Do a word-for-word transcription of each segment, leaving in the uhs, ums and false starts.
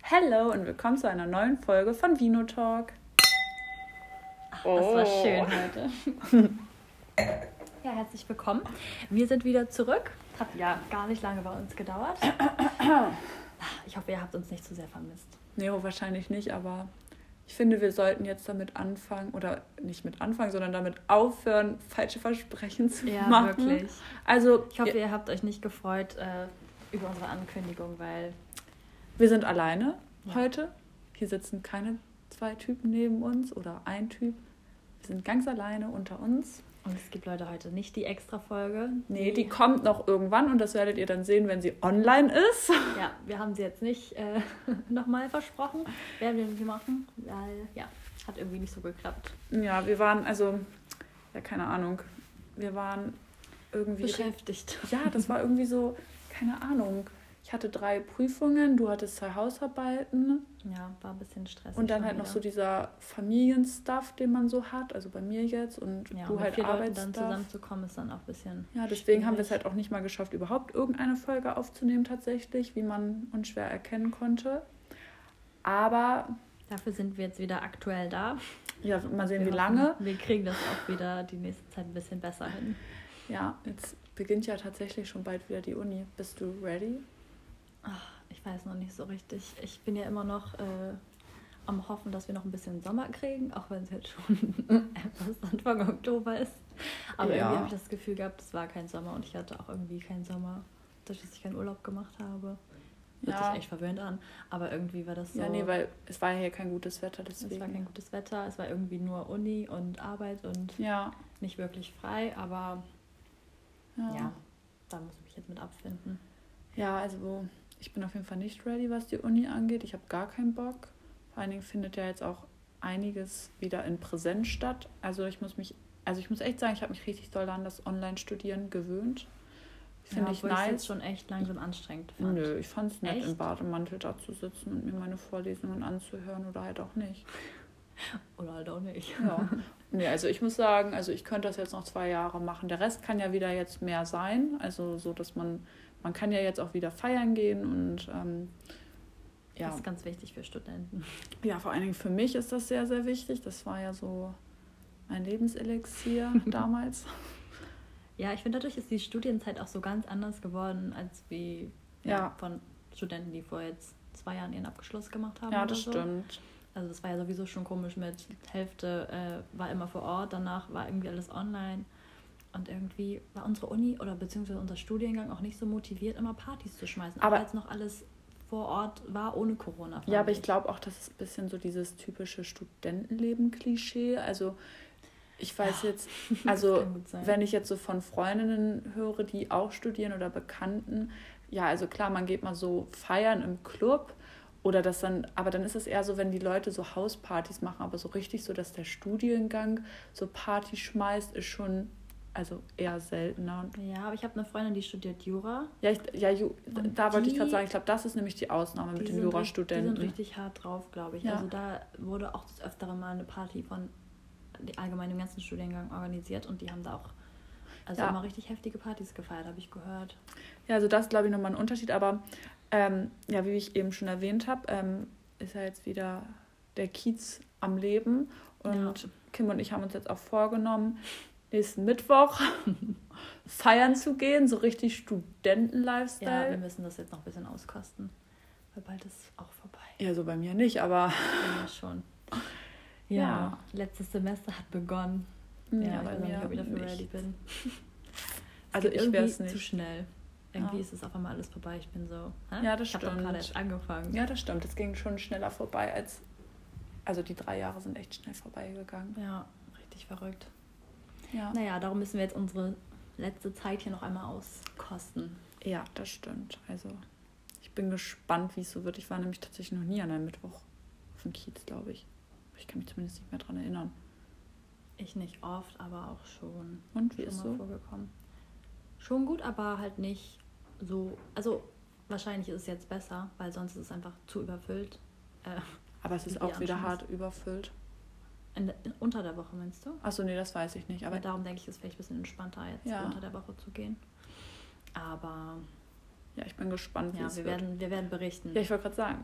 Hallo und willkommen zu einer neuen Folge von Vino Talk. Ach, das oh. war schön heute. Ja, herzlich willkommen. Wir sind wieder zurück. Hat ja gar nicht lange bei uns gedauert. Ich hoffe, ihr habt uns nicht zu sehr vermisst. Nee, wahrscheinlich nicht, aber ich finde, wir sollten jetzt damit anfangen, oder nicht mit anfangen, sondern damit aufhören, falsche Versprechen zu ja, machen. Ja, wirklich. Also, ich hoffe, ihr habt euch nicht gefreut äh, über unsere Ankündigung, weil... Wir sind alleine ja. heute. Hier sitzen keine zwei Typen neben uns oder ein Typ. Wir sind ganz alleine unter uns. Und es gibt Leute heute nicht die Extra-Folge. Nee, die kommt noch irgendwann und das werdet ihr dann sehen, wenn sie online ist. Ja, wir haben sie jetzt nicht äh, nochmal versprochen. Werden wir nicht machen, weil, ja, hat irgendwie nicht so geklappt. Ja, wir waren, also, ja, keine Ahnung, wir waren irgendwie... beschäftigt. Ja, das war irgendwie so, keine Ahnung. Ich hatte drei Prüfungen, du hattest zwei Hausarbeiten. Ja, war ein bisschen stressig. Und dann halt wieder noch so dieser Familienstuff, den man so hat, also bei mir jetzt und ja, du und halt Arbeitsstuff. Dann zusammenzukommen ist dann auch ein bisschen Ja, deswegen schwierig. haben wir es halt auch nicht mal geschafft, überhaupt irgendeine Folge aufzunehmen tatsächlich, wie man uns schwer erkennen konnte. Aber... Dafür sind wir jetzt wieder aktuell da. Ja, mal sehen, wir wie hoffen, lange. Wir kriegen das auch wieder die nächste Zeit ein bisschen besser hin. Ja, jetzt beginnt ja tatsächlich schon bald wieder die Uni. Bist du ready? Ach, ich weiß noch nicht so richtig. Ich bin ja immer noch äh, am Hoffen, dass wir noch ein bisschen Sommer kriegen, auch wenn es jetzt schon etwas Anfang Oktober ist. Aber ja. irgendwie habe ich das Gefühl gehabt, es war kein Sommer und ich hatte auch irgendwie keinen Sommer, dadurch, dass ich keinen Urlaub gemacht habe. Hört ja. sich echt verwöhnt an. Aber irgendwie war das so... Ja, nee, weil es war ja hier kein gutes Wetter, deswegen. Es war kein gutes Wetter, es war irgendwie nur Uni und Arbeit und ja. nicht wirklich frei, aber ja. ja, da muss ich mich jetzt mit abfinden. Ja, also ich bin auf jeden Fall nicht ready, was die Uni angeht. Ich habe gar keinen Bock. Vor allen Dingen findet ja jetzt auch einiges wieder in Präsenz statt. Also ich muss mich, also ich muss echt sagen, ich habe mich richtig doll an das Online-Studieren gewöhnt. Finde ja, ich nice. Ich jetzt schon echt langsam anstrengend fand. Nö, ich fand es nett, echt? im Bademantel da zu sitzen und mir meine Vorlesungen anzuhören oder halt auch nicht. Oder halt auch nicht. Ja. Nee, also ich muss sagen, also ich könnte das jetzt noch zwei Jahre machen. Der Rest kann ja wieder jetzt mehr sein. Also so, dass man, man kann ja jetzt auch wieder feiern gehen und ähm, ja. Das ist ganz wichtig für Studenten. Ja, vor allen Dingen für mich ist das sehr, sehr wichtig. Das war ja so mein Lebenselixier damals. Ja, ich finde, dadurch ist die Studienzeit auch so ganz anders geworden, als wie ja, ja. von Studenten, die vor jetzt zwei Jahren ihren Abschluss gemacht haben. Ja, das so. stimmt. Also das war ja sowieso schon komisch mit Hälfte äh, war immer vor Ort, danach war irgendwie alles online. Und irgendwie war unsere Uni oder beziehungsweise unser Studiengang auch nicht so motiviert, immer Partys zu schmeißen. Aber als noch alles vor Ort war, ohne Corona. Ja, aber ich glaube auch, das ist ein bisschen so dieses typische Studentenleben-Klischee. Also ich weiß ja, jetzt, also wenn ich jetzt so von Freundinnen höre, die auch studieren oder Bekannten, ja, also klar, man geht mal so feiern im Club oder das dann, aber dann ist es eher so, wenn die Leute so Hauspartys machen, aber so richtig so, dass der Studiengang so Party schmeißt, ist schon, also eher seltener. Ja, aber ich habe eine Freundin, die studiert Jura. Ja, ich, ja Ju, da wollte ich gerade sagen, ich glaube, das ist nämlich die Ausnahme mit den Jurastudenten. Die sind richtig hart drauf, glaube ich. Ja. Also da wurde auch das Öfteren mal eine Party von die allgemein im ganzen Studiengang organisiert und die haben da auch also ja. immer richtig heftige Partys gefeiert, habe ich gehört. Ja, also das ist, glaube ich, nochmal ein Unterschied, aber ähm, ja, wie ich eben schon erwähnt habe, ähm, ist ja jetzt wieder der Kiez am Leben und ja. Kim und ich haben uns jetzt auch vorgenommen, nächsten Mittwoch feiern zu gehen, so richtig Studenten-Lifestyle. Ja, wir müssen das jetzt noch ein bisschen auskosten, weil bald ist auch vorbei. Ja, so bei mir nicht, aber... Ja, schon. Ja, ja, letztes Semester hat begonnen. Ja, ja ich weiß nicht, ob ich dafür ready bin. Also ich wäre es nicht. Zu schnell. Irgendwie ja. ist es auf einmal alles vorbei. Ich bin so, hä? Ja, das ich stimmt. Ich habe doch gerade erst angefangen. Ja, das stimmt. Es ging schon schneller vorbei als... Also die drei Jahre sind echt schnell vorbeigegangen. Ja, richtig verrückt. Ja. Naja, darum müssen wir jetzt unsere letzte Zeit hier noch einmal auskosten. Ja, das stimmt. Also ich bin gespannt, wie es so wird. Ich war nämlich tatsächlich noch nie an einem Mittwoch auf dem Kiez, glaube ich. Ich kann mich zumindest nicht mehr dran erinnern. Ich nicht oft, aber auch schon. Und wie schon ist mal so? Vorgekommen. Schon gut, aber halt nicht so. Also wahrscheinlich ist es jetzt besser, weil sonst ist es einfach zu überfüllt. Äh, aber es ist auch wieder hart überfüllt. In, in, unter der Woche meinst du? Achso, nee, das weiß ich nicht. Aber ja, darum denke ich, ist es vielleicht ein bisschen entspannter, jetzt ja. unter der Woche zu gehen. Aber ja, ich bin gespannt, wie ja, es wir wird. Werden, wir werden berichten. Ja, ich wollte gerade sagen.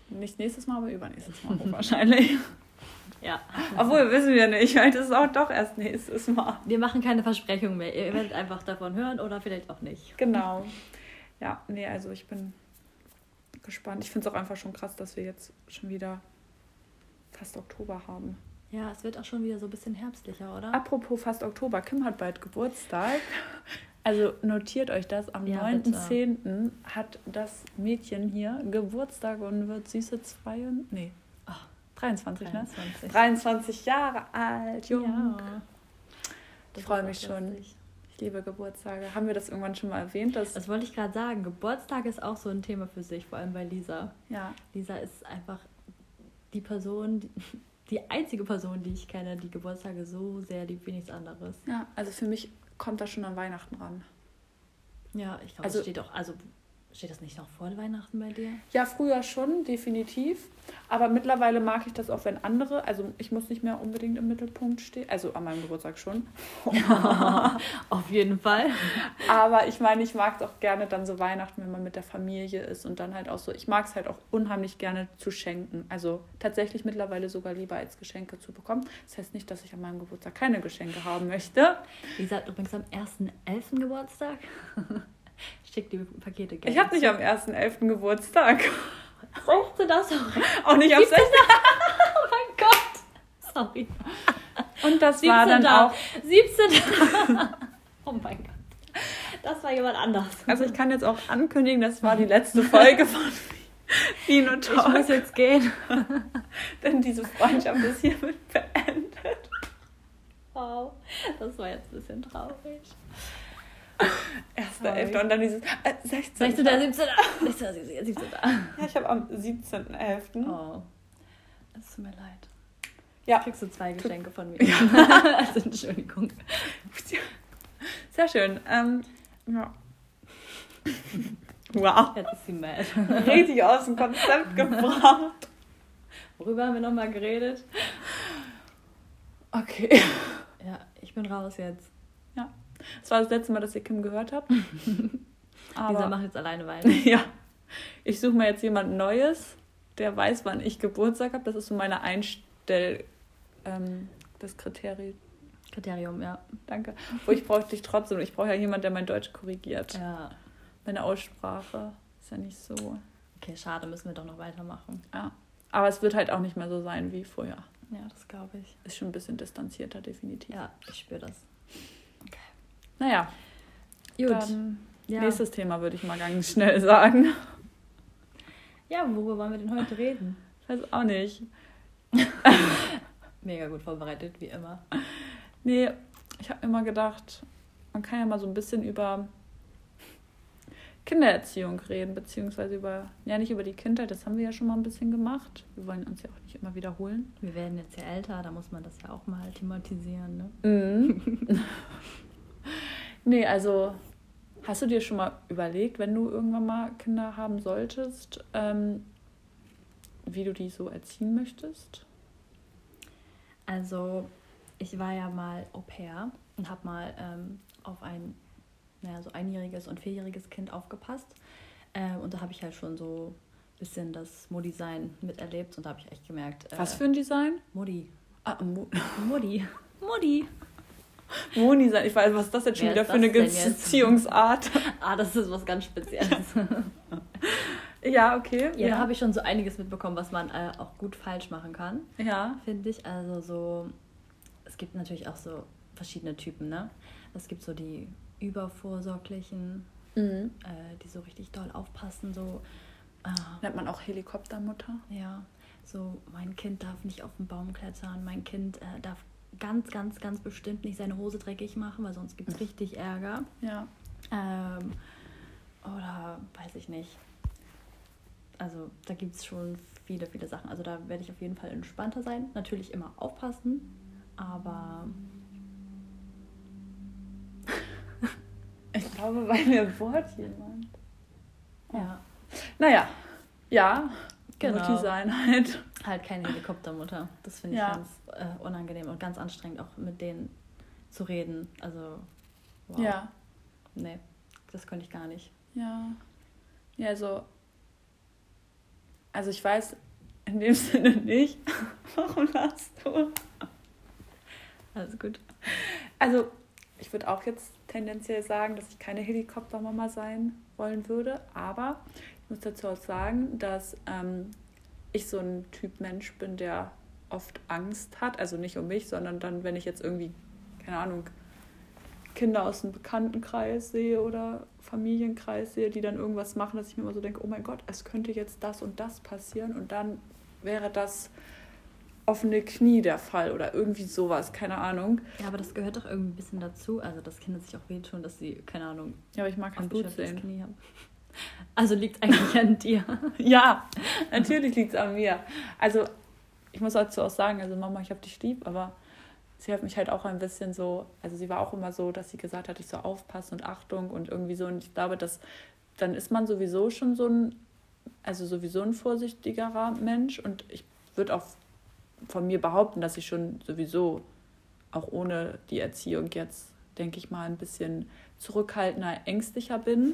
nicht nächstes Mal, aber übernächstes Mal wahrscheinlich. Ja. Obwohl, wissen wir nicht, weil das ist auch doch erst nächstes Mal. Wir machen keine Versprechungen mehr. Ihr werdet einfach davon hören oder vielleicht auch nicht. Genau. Ja, nee, also ich bin gespannt. Ich finde es auch einfach schon krass, dass wir jetzt schon wieder fast Oktober haben. Ja, es wird auch schon wieder so ein bisschen herbstlicher, oder? Apropos fast Oktober, Kim hat bald Geburtstag. Also notiert euch das, am ja, neunten zehnten hat das Mädchen hier Geburtstag und wird süße zwei und, nee, oh, dreiundzwanzig, dreiundzwanzig, ne? dreiundzwanzig Jahre alt, jung. Ja. Ich freue mich schon. Lustig. Ich liebe Geburtstage. Haben wir das irgendwann schon mal erwähnt? Dass das wollte ich gerade sagen. Geburtstag ist auch so ein Thema für sich, vor allem bei Lisa. Ja. Lisa ist einfach die Person, die, die einzige Person, die ich kenne, die Geburtstage so sehr liebt wie nichts anderes. Ja, also für mich kommt das schon an Weihnachten ran. Ja, ich glaube, also, es steht auch, also steht das nicht noch vor Weihnachten bei dir? Ja, früher schon, definitiv. Aber mittlerweile mag ich das auch, wenn andere, also ich muss nicht mehr unbedingt im Mittelpunkt stehen, also an meinem Geburtstag schon. Ja, auf jeden Fall. Aber ich meine, ich mag es auch gerne dann so Weihnachten, wenn man mit der Familie ist und dann halt auch so, ich mag es halt auch unheimlich gerne zu schenken. Also tatsächlich mittlerweile sogar lieber als Geschenke zu bekommen. Das heißt nicht, dass ich an meinem Geburtstag keine Geschenke haben möchte. Lisa hat übrigens am ersten elften Geburtstag. Schick die Pakete gerne. Ich habe nicht am ersten elften Geburtstag. Sagst du das auch? Auch nicht am sechzehnten Oh mein Gott. Sorry. Und das war dann auch... siebzehnten Oh mein Gott. Das war jemand anders. Also ich kann jetzt auch ankündigen, das war die letzte Folge von Vino Talk. Ich muss jetzt gehen. Denn diese Freundschaft ist hiermit beendet. Wow. Das war jetzt ein bisschen traurig. erster elfter und dann dieses äh, sechzehnten sechzehnten siebzehnten siebzehnten Ja, ich habe am siebzehnten elften Oh, es tut mir leid. Ja. Kriegst du zwei Geschenke von mir. Ja. Also, Entschuldigung. Sehr schön. Ähm, ja. Wow. Jetzt ist sie mad. Richtig aus dem Konzept gebracht. Worüber haben wir nochmal geredet? Okay. Ja, ich bin raus jetzt. Ja. Das war das letzte Mal, dass ihr Kim gehört habt. Aber Lisa macht jetzt alleine weiter. Ja. Ich suche mir jetzt jemand Neues, der weiß, wann ich Geburtstag habe. Das ist so meine Einstell... Ähm, das Kriterium. Kriterium, ja. Danke. Wo ich brauche dich trotzdem. Ich brauche ja jemanden, der mein Deutsch korrigiert. Ja. Meine Aussprache ist ja nicht so... Okay, schade, müssen wir doch noch weitermachen. Ja. Aber es wird halt auch nicht mehr so sein wie früher. Ja, das glaube ich. Ist schon ein bisschen distanzierter, definitiv. Ja, ich spüre das. Okay. Naja. Gut. Dann ja. Nächstes Thema würde ich mal ganz schnell sagen. Ja, worüber wollen wir denn heute reden? Ich weiß auch nicht. Mega gut vorbereitet, wie immer. Nee, ich habe immer gedacht, man kann ja mal so ein bisschen über Kindererziehung reden, beziehungsweise über, ja nicht über die Kindheit, das haben wir ja schon mal ein bisschen gemacht. Wir wollen uns ja auch nicht immer wiederholen. Wir werden jetzt ja älter, da muss man das ja auch mal thematisieren, ne? Mhm. Nee, also hast du dir schon mal überlegt, wenn du irgendwann mal Kinder haben solltest, ähm, wie du die so erziehen möchtest? Also ich war ja mal Au-pair und habe mal ähm, auf ein naja, so einjähriges und vierjähriges Kind aufgepasst. Ähm, und da habe ich halt schon so ein bisschen das Mo-Design miterlebt und da habe ich echt gemerkt... Äh, Was für ein Design? Modi. Ah, Mo- Modi. Modi. Mo-Design. Ich weiß, was ist das jetzt schon Wer wieder ist für eine das denn jetzt? Beziehungsart? Ah, das ist was ganz Spezielles. Ja, okay. Ja, da habe ich schon so einiges mitbekommen, was man äh, auch gut falsch machen kann. Ja. Finde ich. Also so... Es gibt natürlich auch so verschiedene Typen, ne? Es gibt so die übervorsorglichen, Mhm. äh, die so richtig doll aufpassen, so äh, Nennt man auch Helikoptermutter? ja, so mein Kind darf nicht auf den Baum klettern, mein Kind äh, darf ganz, ganz, ganz bestimmt nicht seine Hose dreckig machen, weil sonst gibt es richtig Ärger. Ja. Ähm, oder weiß ich nicht. Also da gibt es schon viele, viele Sachen. Also da werde ich auf jeden Fall entspannter sein. Natürlich immer aufpassen, aber... Ich glaube, bei mir Wort jemand. Ja. Naja, ja, Genau. Multi-Sein halt. Halt keine Helikoptermutter. Das finde ich Ja. ganz äh, unangenehm und ganz anstrengend, auch mit denen zu reden. Also, wow. Ja. Nee, das könnte ich gar nicht. Ja. Ja, also, also ich weiß in dem Sinne nicht. Warum lachst du? Alles gut. Also ich würde auch jetzt tendenziell sagen, dass ich keine Helikoptermama sein wollen würde, aber ich muss dazu auch sagen, dass ähm, ich so ein Typ Mensch bin, der oft Angst hat, also nicht um mich, sondern dann, wenn ich jetzt irgendwie, keine Ahnung, Kinder aus dem Bekanntenkreis sehe oder Familienkreis sehe, die dann irgendwas machen, dass ich mir immer so denke, oh mein Gott, es könnte jetzt das und das passieren und dann wäre das offene Knie der Fall oder irgendwie sowas, keine Ahnung. Ja, aber das gehört doch irgendwie ein bisschen dazu, also dass Kinder sich auch wehtun, dass sie, keine Ahnung, ja, aber ich mag kein Blut sehen. Knie haben. Also liegt es eigentlich an dir? Ja, natürlich liegt es an mir. Also ich muss dazu auch sagen, also Mama, ich hab dich lieb, aber sie hat mich halt auch ein bisschen so, also sie war auch immer so, dass sie gesagt hat, ich soll aufpassen und Achtung und irgendwie so. Und ich glaube, dass dann ist man sowieso schon so ein, also sowieso ein vorsichtigerer Mensch. Und ich würde auch von mir behaupten, dass ich schon sowieso auch ohne die Erziehung jetzt, denke ich mal, ein bisschen zurückhaltender, ängstlicher bin.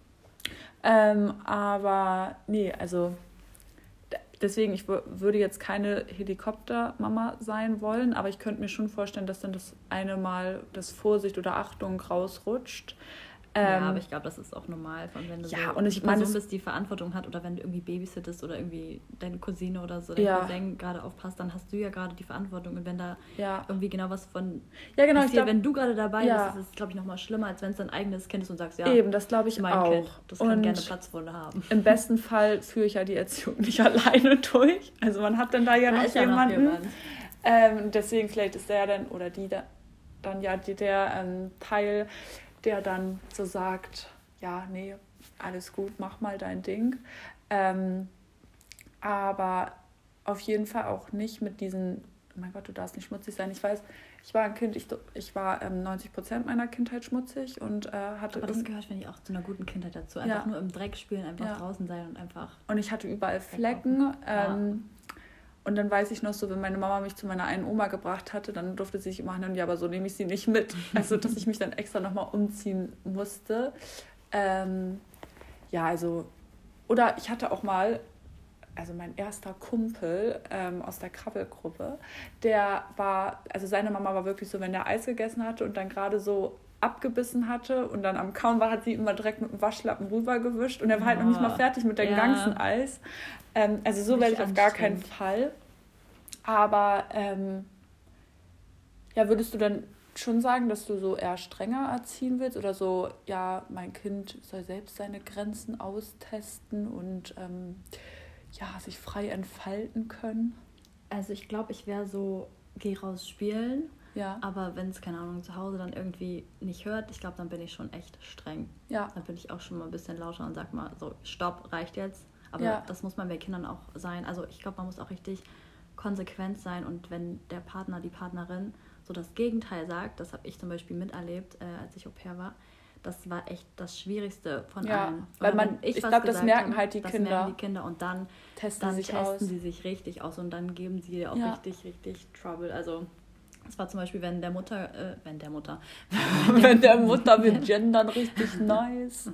Ähm, aber nee, also deswegen, ich w- würde jetzt keine Helikoptermama sein wollen, aber ich könnte mir schon vorstellen, dass dann das eine Mal das Vorsicht oder Achtung rausrutscht. Ähm, ja, aber ich glaube, das ist auch normal, von wenn du ja, so und ich die Person bist, die Verantwortung hat oder wenn du irgendwie babysittest oder irgendwie deine Cousine oder so, dein ja. Cousin gerade aufpasst, dann hast du ja gerade die Verantwortung und wenn da ja. irgendwie genau was von ja, genau, passiert, ich glaub, wenn du gerade dabei ja. bist, ist es, glaube ich, nochmal schlimmer, als wenn es dein eigenes Kind ist und sagst, ja, eben, das glaube ich mein auch. Kind, das kann und gerne Platzwunde haben. Im besten Fall führe ich ja die Erziehung nicht alleine durch, also man hat dann da ja da noch jemanden. Ja noch jemand. ähm, deswegen vielleicht ist der dann, oder die da, dann ja die, der ähm, Teil, der dann so sagt, ja, nee, alles gut, mach mal dein Ding. Ähm, aber auf jeden Fall auch nicht mit diesen, oh mein Gott, du darfst nicht schmutzig sein. Ich weiß, ich war ein Kind, ich, ich war ähm, neunzig Prozent meiner Kindheit schmutzig und äh, hatte... Aber das gehört, finde ich, auch zu einer guten Kindheit dazu. Einfach ja. nur im Dreck spielen, einfach ja. draußen sein und einfach... Und ich hatte überall Flecken. Ähm, ja. Und dann weiß ich noch so, wenn meine Mama mich zu meiner einen Oma gebracht hatte, dann durfte sie sich immer handeln, ja, aber so nehme ich sie nicht mit. Also, dass ich mich dann extra nochmal umziehen musste. Ähm, ja, also, oder ich hatte auch mal, also mein erster Kumpel ähm, aus der Krabbelgruppe, der war, also seine Mama war wirklich so, wenn der Eis gegessen hatte und dann gerade so abgebissen hatte und dann am Kauen war, hat sie immer direkt mit dem Waschlappen rübergewischt und er war halt noch nicht mal fertig mit dem ja. ganzen Eis. Ähm, also so werde ich auf gar keinen Fall. Aber ähm, ja, würdest du dann schon sagen, dass du so eher strenger erziehen willst oder so, ja, mein Kind soll selbst seine Grenzen austesten und ähm, ja, sich frei entfalten können? Also ich glaube, ich wäre so, geh raus spielen, ja. aber wenn es, keine Ahnung, zu Hause dann irgendwie nicht hört, ich glaube, dann bin ich schon echt streng. Ja. Dann bin ich auch schon mal ein bisschen lauter und sag mal so, stopp, reicht jetzt. Aber ja. das muss man bei Kindern auch sein. Also ich glaube, man muss auch richtig konsequent sein und wenn der Partner, die Partnerin so das Gegenteil sagt, das habe ich zum Beispiel miterlebt, äh, als ich Au pair war, das war echt das Schwierigste von ja, allen. Weil man, ich, ich glaube, das merken habe, halt die das Kinder. Das merken die Kinder und dann testen, dann sich testen aus. sie sich richtig aus und dann geben sie dir auch ja. richtig, richtig Trouble. Also das war zum Beispiel, wenn der Mutter, äh, wenn der Mutter, wenn der Mutter, wir gendern richtig nice.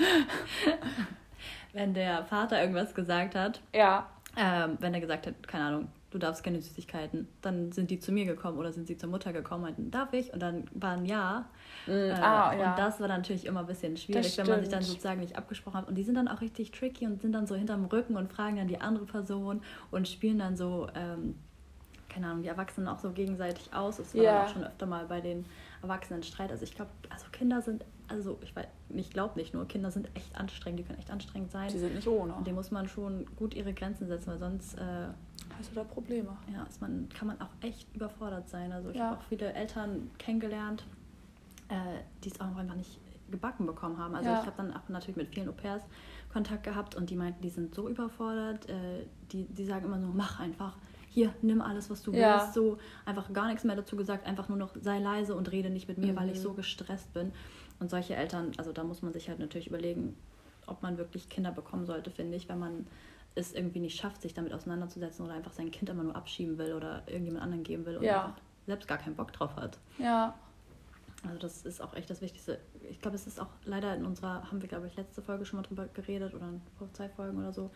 Wenn der Vater irgendwas gesagt hat, ja. ähm, wenn er gesagt hat, keine Ahnung, du darfst keine Süßigkeiten, dann sind die zu mir gekommen oder sind sie zur Mutter gekommen und meinten, darf ich? Und dann war ein Ja. Mm, äh, ah, ja. Und das war dann natürlich immer ein bisschen schwierig, wenn man sich dann sozusagen nicht abgesprochen hat. Und die sind dann auch richtig tricky und sind dann so hinterm Rücken und fragen dann die andere Person und spielen dann so, ähm, keine Ahnung, die Erwachsenen auch so gegenseitig aus. Es war ja. dann auch schon öfter mal bei den Erwachsenen Streit. Also ich glaube, also Kinder sind, also ich weiß, ich glaube nicht nur, Kinder sind echt anstrengend, die können echt anstrengend sein. Die sind nicht ohne. Und dem muss man schon gut ihre Grenzen setzen, weil sonst äh, hast du da Probleme. Ja, ist man, kann man auch echt überfordert sein. Also ich ja. habe auch viele Eltern kennengelernt, äh, die es auch noch einfach nicht gebacken bekommen haben. Also ja. ich habe dann auch natürlich mit vielen Au pairs Kontakt gehabt und die meinten, die sind so überfordert, äh, die, die sagen immer so, mach einfach, hier, nimm alles, was du ja. willst, so einfach gar nichts mehr dazu gesagt, einfach nur noch sei leise und rede nicht mit mir, mhm. weil ich so gestresst bin. Und solche Eltern, also da muss man sich halt natürlich überlegen, ob man wirklich Kinder bekommen sollte, finde ich, wenn man es irgendwie nicht schafft, sich damit auseinanderzusetzen oder einfach sein Kind immer nur abschieben will oder irgendjemand anderen geben will und ja. selbst gar keinen Bock drauf hat. Ja. Also das ist auch echt das Wichtigste. Ich glaube, es ist auch leider in unserer, haben wir glaube ich letzte Folge schon mal drüber geredet oder vor zwei Folgen oder so,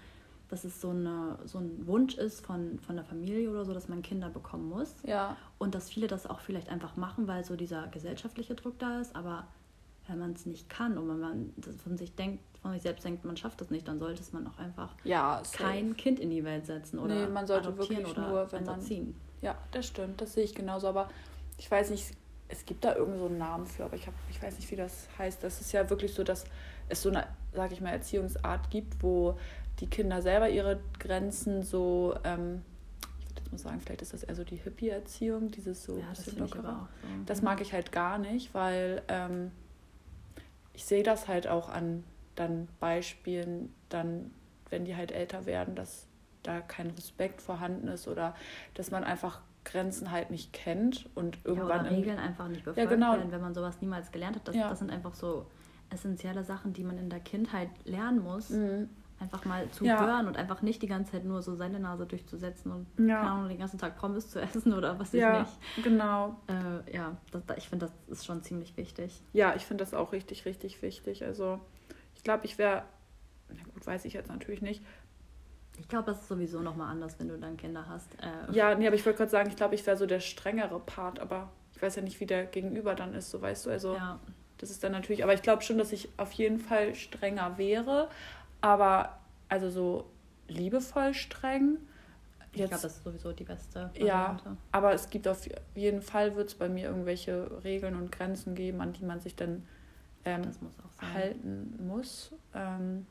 dass es so, eine, so ein Wunsch ist von, von der Familie oder so, dass man Kinder bekommen muss. Ja. Und dass viele das auch vielleicht einfach machen, weil so dieser gesellschaftliche Druck da ist. Aber wenn man es nicht kann und wenn man das von sich denkt, von sich selbst denkt, man schafft es nicht, dann sollte man auch einfach ja, kein Kind in die Welt setzen oder nee, man sollte adoptieren wirklich oder nur, wenn man ziehen. Ja, das stimmt, das sehe ich genauso. Aber ich weiß nicht, es gibt da irgend so einen Namen für, aber ich, hab, ich weiß nicht, wie das heißt. Das ist ja wirklich so, dass es so eine, sag ich mal, Erziehungsart gibt, wo die Kinder selber ihre Grenzen so, ähm, ich würde jetzt mal sagen, vielleicht ist das eher so die Hippie-Erziehung, dieses so ja, das bisschen finde ich lockerer. aber auch so. Das mag ich halt gar nicht, weil ähm, ich sehe das halt auch an dann Beispielen, dann, wenn die halt älter werden, dass da kein Respekt vorhanden ist oder dass man einfach Grenzen halt nicht kennt und irgendwann... Ja, oder Regeln einfach nicht befolgt ja, genau. werden, wenn man sowas niemals gelernt hat. Das, ja. das sind einfach so essentielle Sachen, die man in der Kindheit lernen muss. Mhm. Einfach mal zu ja. hören und einfach nicht die ganze Zeit nur so seine Nase durchzusetzen und ja. keine Ahnung, den ganzen Tag Pommes zu essen oder was ich ja, nicht. Genau. Äh, ja, das, ich finde, das ist schon ziemlich wichtig. Ja, ich finde das auch richtig, richtig wichtig. Also ich glaube, ich wäre, na gut, weiß ich jetzt natürlich nicht. Ich glaube, das ist sowieso nochmal anders, wenn du dann Kinder hast. Äh, ja, nee, aber ich wollte gerade sagen, ich glaube, ich wäre so der strengere Part, aber ich weiß ja nicht, wie der Gegenüber dann ist, so weißt du, also ja. das ist dann natürlich, aber ich glaube schon, dass ich auf jeden Fall strenger wäre, aber also so liebevoll streng. Jetzt, ich glaube, das ist sowieso die beste Variante. Ja, aber es gibt auf jeden Fall, wird es bei mir irgendwelche Regeln und Grenzen geben, an die man sich dann ähm, das muss auch sein. halten muss. Ähm,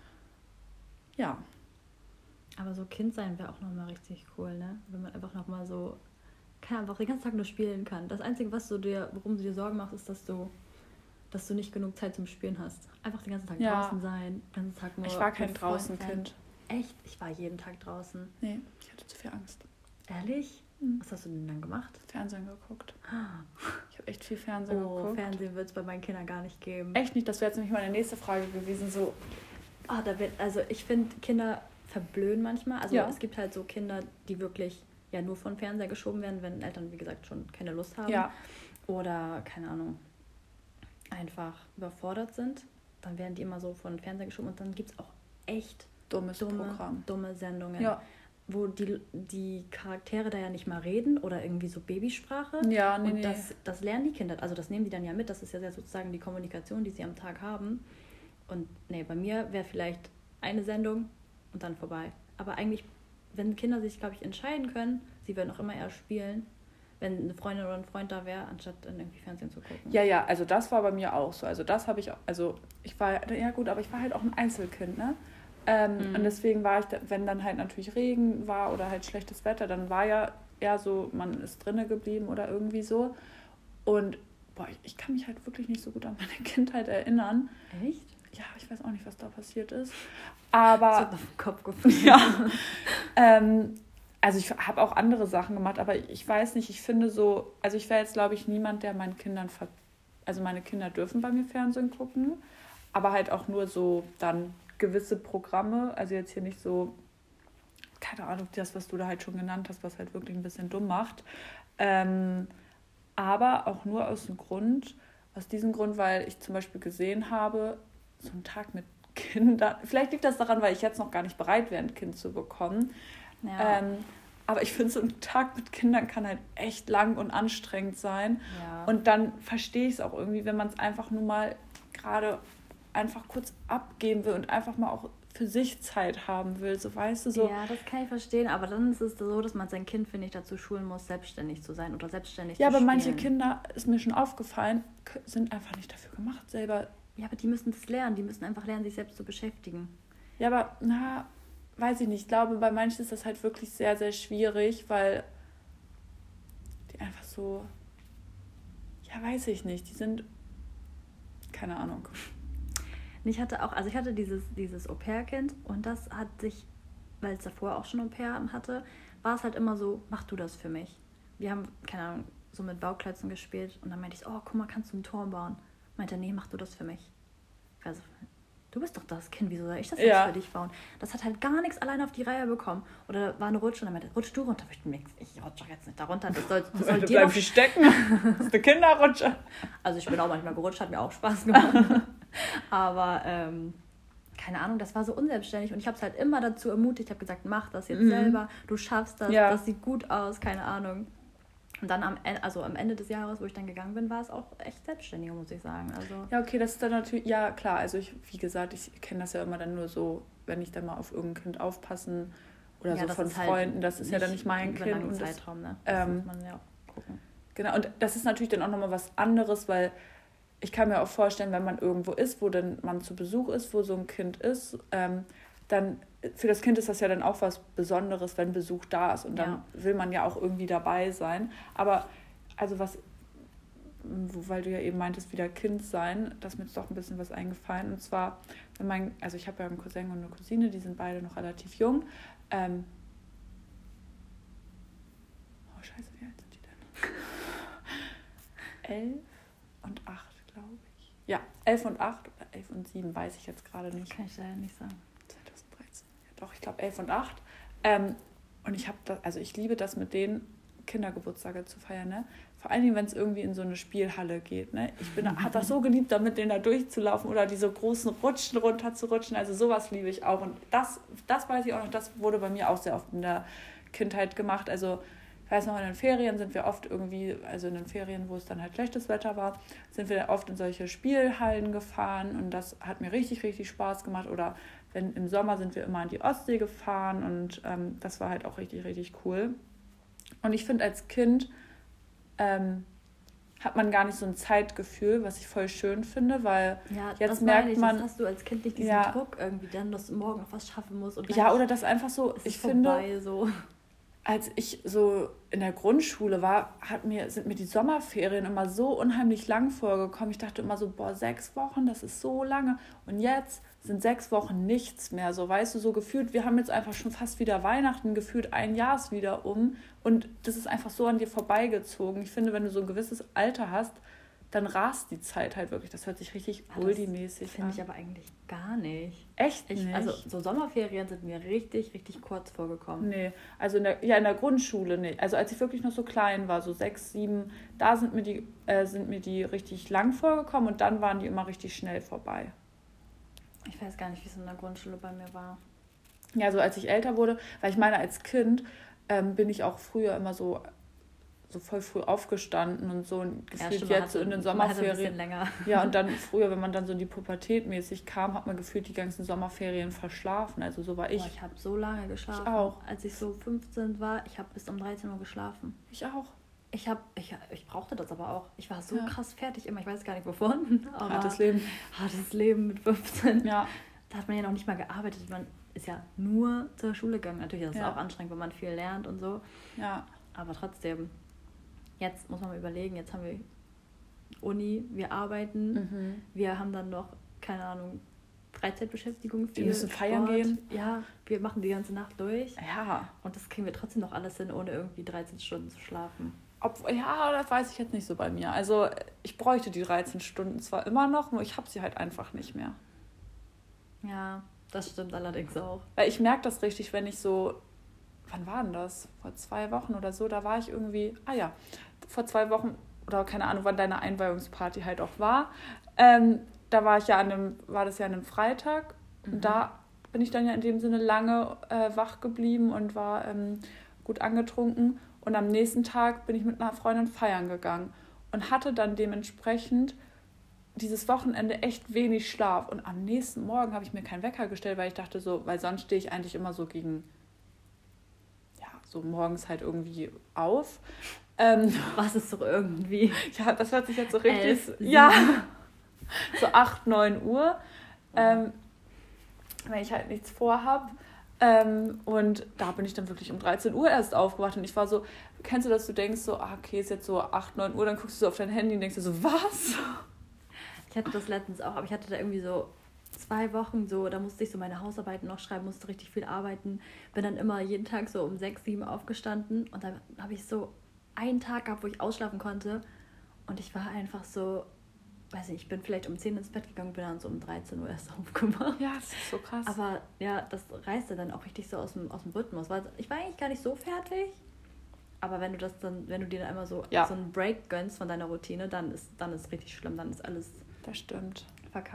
ja. Aber so Kind sein wäre auch nochmal richtig cool, ne? Wenn man einfach nochmal so, kann einfach den ganzen Tag nur spielen kann. Das Einzige, was du dir, worum du dir Sorgen machst, ist, dass du, dass du nicht genug Zeit zum Spielen hast. Einfach den ganzen Tag ja. draußen sein, den ganzen Tag nur. Ich war kein Draußenkind. Echt? Ich war jeden Tag draußen. Nee, ich hatte zu viel Angst. Ehrlich? Mhm. Was hast du denn dann gemacht? Fernsehen geguckt. Ich habe echt viel Fernsehen oh, geguckt. Fernsehen wird es bei meinen Kindern gar nicht geben. Echt nicht? Das wäre jetzt nämlich meine nächste Frage gewesen. So. Oh, da wird, also ich finde, Kinder verblöden manchmal. Also ja. es gibt halt so Kinder, die wirklich ja nur von Fernseher geschoben werden, wenn Eltern, wie gesagt, schon keine Lust haben. Ja. Oder, keine Ahnung, einfach überfordert sind. Dann werden die immer so von Fernseher geschoben und dann gibt es auch echt Dummes dumme, Programm. dumme Sendungen. Ja. Wo die, die Charaktere da ja nicht mal reden oder irgendwie so Babysprache. Ja, nee, und nee. das, das lernen die Kinder, also das nehmen die dann ja mit. Das ist ja sozusagen die Kommunikation, die sie am Tag haben. Und nee, bei mir wäre vielleicht eine Sendung und dann vorbei. Aber eigentlich, wenn Kinder sich, glaube ich, entscheiden können, sie werden auch immer eher spielen, wenn eine Freundin oder ein Freund da wäre, anstatt dann irgendwie Fernsehen zu gucken. Ja, ja, also das war bei mir auch so. Also das habe ich auch, also ich war, ja gut, aber ich war halt auch ein Einzelkind, ne? Ähm, mhm. Und deswegen war ich, wenn dann halt natürlich Regen war oder halt schlechtes Wetter, dann war ja eher so, man ist drinnen geblieben oder irgendwie so. Und boah, ich, ich kann mich halt wirklich nicht so gut an meine Kindheit erinnern. Echt? Ja, ich weiß auch nicht, was da passiert ist. Aber... Das hat auf den Kopf gefallen. Ja. ähm, also ich habe auch andere Sachen gemacht, aber ich weiß nicht, ich finde so, also ich wäre jetzt, glaube ich, niemand, der meinen Kindern, ver- also meine Kinder dürfen bei mir Fernsehen gucken, aber halt auch nur so dann gewisse Programme, also jetzt hier nicht so, keine Ahnung, das, was du da halt schon genannt hast, was halt wirklich ein bisschen dumm macht, ähm, aber auch nur aus dem Grund, aus diesem Grund, weil ich zum Beispiel gesehen habe, so einen Tag mit Kindern, vielleicht liegt das daran, weil ich jetzt noch gar nicht bereit wäre, ein Kind zu bekommen, ja. ähm, aber ich finde, so ein Tag mit Kindern kann halt echt lang und anstrengend sein. Ja. Und dann verstehe ich es auch irgendwie, wenn man es einfach nur mal gerade einfach kurz abgeben will und einfach mal auch für sich Zeit haben will, so weißt du, so. Ja, das kann ich verstehen, aber dann ist es so, dass man sein Kind, finde ich, dazu schulen muss, selbstständig zu sein oder selbstständig ja, zu spielen. Ja, aber manche Kinder, ist mir schon aufgefallen, sind einfach nicht dafür gemacht, selber. Ja, aber die müssen das lernen, die müssen einfach lernen, sich selbst zu beschäftigen. Ja, aber, na, weiß ich nicht, ich glaube, bei manchen ist das halt wirklich sehr, sehr schwierig, weil die einfach so, ja, weiß ich nicht, die sind, keine Ahnung. Ich hatte auch, also ich hatte dieses, dieses Au-pair-Kind und das hat sich, weil es davor auch schon Au-pair hatte, war es halt immer so, mach du das für mich. Wir haben, keine Ahnung, so mit Bauklötzen gespielt und dann meinte ich so, oh, guck mal, kannst du einen Turm bauen? Meinte er, nee, mach du das für mich. Ich war so, du bist doch das Kind, wieso soll ich das jetzt ja. für dich bauen? Das hat halt gar nichts alleine auf die Reihe bekommen. Oder war eine Rutsche und dann meinte er, rutsch du runter. Ich, ich rutsche doch jetzt nicht da runter. Das soll, das soll du dir bleibst stecken. Das ist eine Kinderrutsche. Also ich bin auch manchmal gerutscht, hat mir auch Spaß gemacht. Aber, ähm, keine Ahnung, das war so unselbstständig und ich habe es halt immer dazu ermutigt, ich habe gesagt, mach das jetzt mhm. selber, du schaffst das, ja. das sieht gut aus, keine Ahnung. Und dann am Ende, also am Ende des Jahres, wo ich dann gegangen bin, war es auch echt selbstständiger, muss ich sagen. Also ja, okay, das ist dann natürlich, ja klar, also ich, wie gesagt, ich kenne das ja immer dann nur so, wenn ich dann mal auf irgendein Kind aufpassen oder ja, so von Freunden, halt das ist ja dann nicht mein Kind. Über und das, Zeitraum, ne? Das ähm, muss man ja auch gucken. Genau, und das ist natürlich dann auch nochmal was anderes, weil ich kann mir auch vorstellen, wenn man irgendwo ist, wo dann man zu Besuch ist, wo so ein Kind ist, ähm, dann für das Kind ist das ja dann auch was Besonderes, wenn Besuch da ist. Und dann ja. will man ja auch irgendwie dabei sein. Aber also was, weil du ja eben meintest, wieder Kind sein, da ist mir jetzt doch ein bisschen was eingefallen. Und zwar, wenn mein, also ich habe ja einen Cousin und eine Cousine, die sind beide noch relativ jung. Ähm, oh scheiße, wie alt sind die denn? Elf und acht, glaube ich. Ja, elf und acht oder elf und sieben, weiß ich jetzt gerade nicht. Kann ich leider nicht sagen. Doch, ich glaube elf und acht. Ähm, und ich habe das, also ich liebe das mit denen, Kindergeburtstage zu feiern, ne? Vor allen Dingen, wenn es irgendwie in so eine Spielhalle geht, ne? Ich bin, habe das so geliebt, da mit denen da durchzulaufen oder diese großen Rutschen runterzurutschen. Also sowas liebe ich auch. Und das, das weiß ich auch noch, das wurde bei mir auch sehr oft in der Kindheit gemacht. Also ich weiß noch, in den Ferien sind wir oft irgendwie, also in den Ferien, wo es dann halt schlechtes Wetter war, sind wir oft in solche Spielhallen gefahren und das hat mir richtig, richtig Spaß gemacht. Oder wenn im Sommer sind wir immer an die Ostsee gefahren und ähm, das war halt auch richtig, richtig cool. Und ich finde, als Kind ähm, hat man gar nicht so ein Zeitgefühl, was ich voll schön finde, weil ja, jetzt das merkt ich, man... Das hast du als Kind nicht diesen ja, Druck irgendwie, dann, dass du morgen noch was schaffen musst. Und ja, oder das einfach so, ich vorbei, finde... So. Als ich so in der Grundschule war, hat mir, sind mir die Sommerferien immer so unheimlich lang vorgekommen. Ich dachte immer so, boah, sechs Wochen, das ist so lange. Und jetzt sind sechs Wochen nichts mehr. So, weißt du, so gefühlt, wir haben jetzt einfach schon fast wieder Weihnachten, gefühlt ein Jahr ist wieder um. Und das ist einfach so an dir vorbeigezogen. Ich finde, wenn du so ein gewisses Alter hast, dann rast die Zeit halt wirklich. Das hört sich richtig oldie-mäßig an. Finde ich aber eigentlich gar nicht. Echt ich, nicht? Also so Sommerferien sind mir richtig, richtig kurz vorgekommen. Nee, also in der, ja, in der Grundschule nicht. Also als ich wirklich noch so klein war, so sechs, sieben, da sind mir die, äh, sind mir die richtig lang vorgekommen und dann waren die immer richtig schnell vorbei. Ich weiß gar nicht, wie es in der Grundschule bei mir war. Ja, so als ich älter wurde, weil ich meine, als Kind ähm, bin ich auch früher immer so... so voll früh aufgestanden und so und gefühlt ja, jetzt so in den Sommerferien. Länger. Ja, und dann früher, wenn man dann so in die Pubertät mäßig kam, hat man gefühlt die ganzen Sommerferien verschlafen. Also so war ich. Boah, ich habe so lange geschlafen. Ich auch. Als ich so fünfzehn war, ich habe bis um dreizehn Uhr geschlafen. Ich auch. Ich, hab, ich, ich brauchte das aber auch. Ich war so ja. krass fertig immer. Ich weiß gar nicht wovon. Aber hartes Leben. Hartes Leben mit fünfzehn. Ja. Da hat man ja noch nicht mal gearbeitet. Man ist ja nur zur Schule gegangen. Natürlich ist es ja. auch anstrengend, wenn man viel lernt und so. Ja. Aber trotzdem... Jetzt muss man mal überlegen, jetzt haben wir Uni, wir arbeiten, mhm. wir haben dann noch, keine Ahnung, Freizeitbeschäftigung. Wir müssen feiern gehen. Ja, wir machen die ganze Nacht durch. Ja. Und das kriegen wir trotzdem noch alles hin, ohne irgendwie dreizehn Stunden zu schlafen. Ob, ja, das weiß ich jetzt nicht so bei mir. Also ich bräuchte die dreizehn Stunden zwar immer noch, nur ich habe sie halt einfach nicht mehr. Ja, das stimmt allerdings auch. Weil ich merke das richtig, wenn ich so... Wann war denn das? Vor zwei Wochen oder so, da war ich irgendwie, ah ja, vor zwei Wochen, oder keine Ahnung, wann deine Einweihungsparty halt auch war. Ähm, da war ich ja an einem, war das ja an einem Freitag. Mhm. Und da bin ich dann ja in dem Sinne lange äh, wach geblieben und war ähm, gut angetrunken. Und am nächsten Tag bin ich mit einer Freundin feiern gegangen und hatte dann dementsprechend dieses Wochenende echt wenig Schlaf. Und am nächsten Morgen habe ich mir keinen Wecker gestellt, weil ich dachte so, weil sonst stehe ich eigentlich immer so gegen... so morgens halt irgendwie auf. Ähm, Was ist doch irgendwie? Ja, das hört sich jetzt so richtig... Elf, ja, so acht, neun Uhr, ähm, wenn ich halt nichts vorhab. Ähm, und da bin ich dann wirklich um dreizehn Uhr erst aufgewacht und ich war so, kennst du das, du denkst so, ah, okay, ist jetzt so acht, neun Uhr, dann guckst du so auf dein Handy und denkst so, was? Ich hatte das letztens auch, aber ich hatte da irgendwie so zwei Wochen so, da musste ich so meine Hausarbeiten noch schreiben, musste richtig viel arbeiten, bin dann immer jeden Tag so um sechs, sieben aufgestanden und dann habe ich so einen Tag gehabt, wo ich ausschlafen konnte und ich war einfach so, weiß nicht, ich bin vielleicht um zehn ins Bett gegangen, bin dann so um dreizehn Uhr erst aufgemacht. Ja, das ist so krass. Aber ja, das reißt dann auch richtig so aus dem, aus dem Rhythmus, weil ich war eigentlich gar nicht so fertig, aber wenn du das dann, wenn du dir dann einmal so, ja. so einen Break gönnst von deiner Routine, dann ist, dann ist richtig schlimm, dann ist alles das stimmt. verkackt.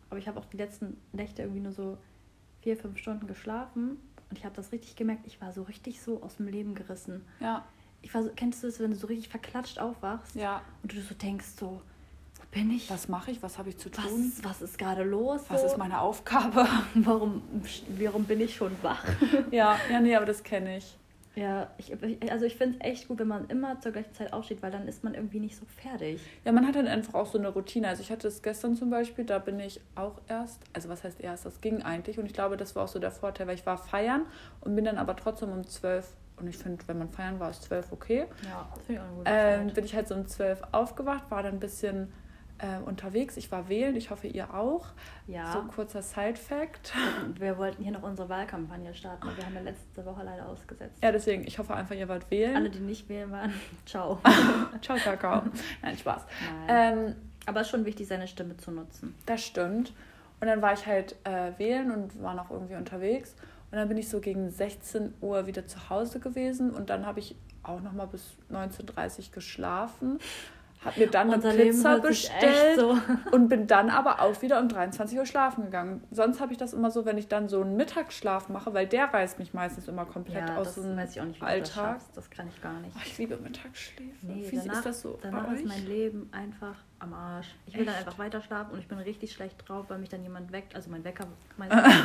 aber ich habe auch die letzten Nächte irgendwie nur so vier, fünf Stunden geschlafen und ich habe das richtig gemerkt, ich war so richtig so aus dem Leben gerissen. Ja. Ich war so, kennst du das, wenn du so richtig verklatscht aufwachst? Ja. Und du so denkst so, wo bin ich? Was mache ich? Was habe ich zu tun? Was, was ist gerade los? Was so? Ist meine Aufgabe? warum, warum bin ich schon wach? ja, ja, nee, aber das kenne ich. Ja, ich, also ich finde es echt gut, wenn man immer zur gleichen Zeit aufsteht, weil dann ist man irgendwie nicht so fertig. Ja, man hat dann einfach auch so eine Routine. Also ich hatte es gestern zum Beispiel, da bin ich auch erst, also was heißt erst, das ging eigentlich und ich glaube, das war auch so der Vorteil, weil ich war feiern und bin dann aber trotzdem um zwölf, und ich finde, wenn man feiern war, ist zwölf okay. Ja, das finde ich auch eine gute Zeit. Ähm, bin ich halt so um zwölf aufgewacht, war dann ein bisschen äh, unterwegs. Ich war wählen, ich hoffe, ihr auch. Ja. So kurzer Side-Fact. Wir wollten hier noch unsere Wahlkampagne starten, aber wir haben ja letzte Woche leider ausgesetzt. Ja, deswegen, ich hoffe einfach, ihr wart wählen. Alle, die nicht wählen waren, ciao. Ciao, Kakao. Nein, Spaß. Nein. Ähm, aber es ist schon wichtig, seine Stimme zu nutzen. Das stimmt. Und dann war ich halt äh, wählen und war noch irgendwie unterwegs. Und dann bin ich so gegen sechzehn Uhr wieder zu Hause gewesen. Und dann habe ich auch noch mal bis neunzehn Uhr dreißig geschlafen. Habe mir dann Unser eine Pizza bestellt so. Und bin dann aber auch wieder um dreiundzwanzig Uhr schlafen gegangen. Sonst habe ich das immer so, wenn ich dann so einen Mittagsschlaf mache, weil der reißt mich meistens immer komplett ja, aus dem weiß ich auch nicht, wie Alltag. Das, das kann ich gar nicht. Oh, ich liebe Mittagsschläfe. Nee, wie danach, ist das so? Danach ist mein Leben einfach am Arsch. Ich will Echt? dann einfach weiter schlafen und ich bin richtig schlecht drauf, weil mich dann jemand weckt. Also mein Wecker. Mein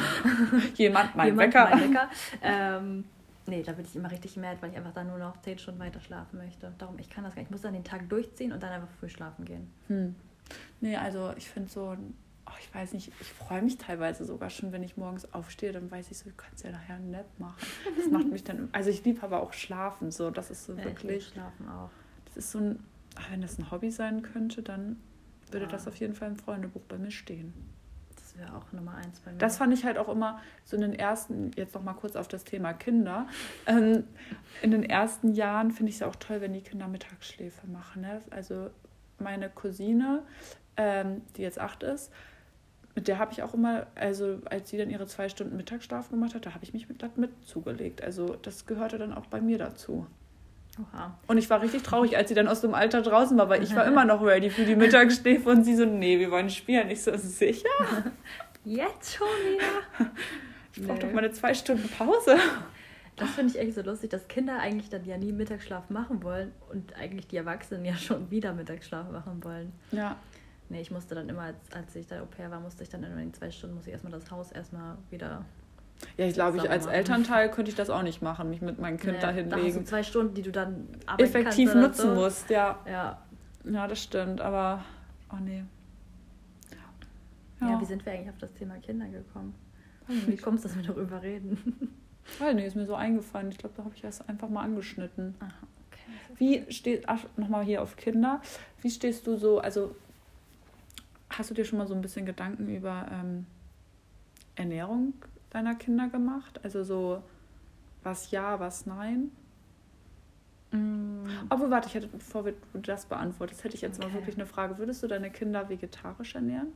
jemand, mein jemand, Wecker. Mein Wecker. Ähm, Nee, da bin ich immer richtig mad, weil ich einfach dann nur noch zehn Stunden weiter schlafen möchte. Darum, ich kann das gar nicht. Ich muss dann den Tag durchziehen und dann einfach früh schlafen gehen. Hm. Nee, also ich finde so, oh, ich weiß nicht, ich freue mich teilweise sogar schon, wenn ich morgens aufstehe, dann weiß ich so, du kannst ja nachher einen Nap machen. Das macht mich dann, also ich liebe aber auch Schlafen, so, das ist so ja, wirklich. Ich liebe Schlafen auch. Das ist so ein, ach, wenn das ein Hobby sein könnte, dann würde ja. das auf jeden Fall im Freundebuch bei mir stehen. Das wäre auch Nummer eins bei mir. Das fand ich halt auch immer so in den ersten, jetzt noch mal kurz auf das Thema Kinder. Ähm, in den ersten Jahren finde ich es auch toll, wenn die Kinder Mittagsschläfe machen. Ne? Also meine Cousine, ähm, die jetzt acht ist, mit der habe ich auch immer, also als sie dann ihre zwei Stunden Mittagsschlaf gemacht hat, da habe ich mich mit, mit zugelegt. Also das gehörte dann auch bei mir dazu. Oha. Und ich war richtig traurig, als sie dann aus dem Alter draußen war, weil ich war immer noch ready für die Mittagsschläfe und sie so, nee, wir wollen spielen. Ich so, sicher? Jetzt schon wieder? Ich brauche doch mal eine zwei Stunden Pause. Das finde ich echt so lustig, dass Kinder eigentlich dann ja nie Mittagsschlaf machen wollen und eigentlich die Erwachsenen ja schon wieder Mittagsschlaf machen wollen. Ja. Nee, ich musste dann immer, als, als ich da Au pair war, musste ich dann in den zwei Stunden, muss ich erstmal das Haus erstmal wieder... Ja, ich glaube, ich als Elternteil könnte ich das auch nicht machen, mich mit meinem Kind nee, da hinlegen. Da hast du zwei Stunden, die du dann arbeiten effektiv kannst nutzen so. musst, ja. ja. Ja, das stimmt, aber oh nee. Ja. ja, wie sind wir eigentlich auf das Thema Kinder gekommen? Wie kommst du, dass wir darüber reden? Weil nee, ist mir so eingefallen. Ich glaube, da habe ich das einfach mal angeschnitten. Aha, okay. Wie steht, ach, nochmal hier auf Kinder, wie stehst du so, also hast du dir schon mal so ein bisschen Gedanken über ähm, Ernährung deiner Kinder gemacht? Also so, was ja, was nein? Mm. Aber warte, ich hätte, bevor du das beantwortest, hätte ich jetzt okay. mal wirklich eine Frage. Würdest du deine Kinder vegetarisch ernähren?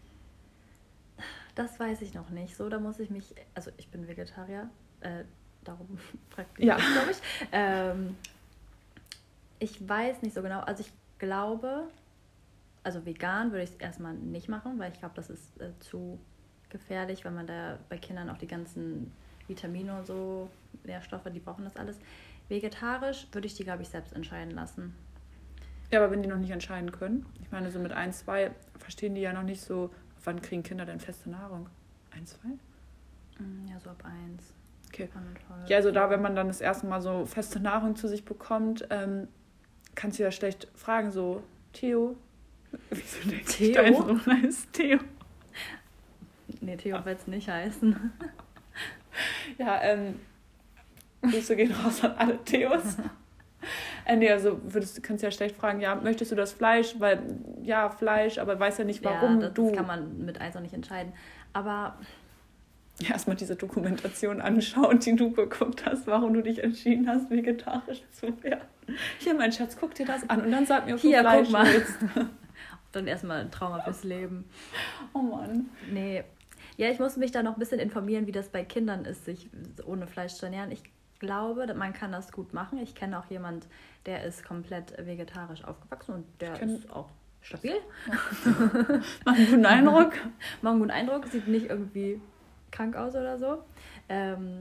Das weiß ich noch nicht. So, da muss ich mich, also ich bin Vegetarier, äh, darum fragt mich, ja. glaube ich. Ähm, ich weiß nicht so genau, also ich glaube, also vegan würde ich es erstmal nicht machen, weil ich glaube, das ist äh, zu gefährlich, weil man da bei Kindern auch die ganzen Vitamine und so, Nährstoffe, die brauchen das alles. Vegetarisch würde ich die, glaube ich, selbst entscheiden lassen. Ja, aber wenn die noch nicht entscheiden können, ich meine, so mit ein, zwei verstehen die ja noch nicht so, wann kriegen Kinder denn feste Nahrung? Ein, zwei? Ja, so ab eins. Okay. Ja, also da, wenn man dann das erste Mal so feste Nahrung zu sich bekommt, ähm, kannst du ja schlecht fragen, so, Theo, wieso denkst du, dein Sohn heißt Theo? Nee, Theo wird es nicht heißen. Ja, ähm, Grüße gehen raus an alle Theos. äh, nee, also würdest, kannst du ja schlecht fragen, ja, möchtest du das Fleisch? Weil, ja, Fleisch, aber weiß ja nicht, warum ja, das, du... das kann man mit eins auch nicht entscheiden. Aber... Ja, erstmal diese Dokumentation anschauen, die du geguckt hast, warum du dich entschieden hast, vegetarisch zu werden. Hier, mein Schatz, guck dir das an und dann sag mir, ob du Fleisch willst. Dann erstmal ein Trauma fürs Leben. Oh Mann. Nee. Ja, ich muss mich da noch ein bisschen informieren, wie das bei Kindern ist, sich ohne Fleisch zu ernähren. Ich glaube, man kann das gut machen. Ich kenne auch jemanden, der ist komplett vegetarisch aufgewachsen und der kenn, ist auch stabil. Ja. Macht einen guten Eindruck. Macht einen guten Eindruck, sieht nicht irgendwie krank aus oder so. Ähm,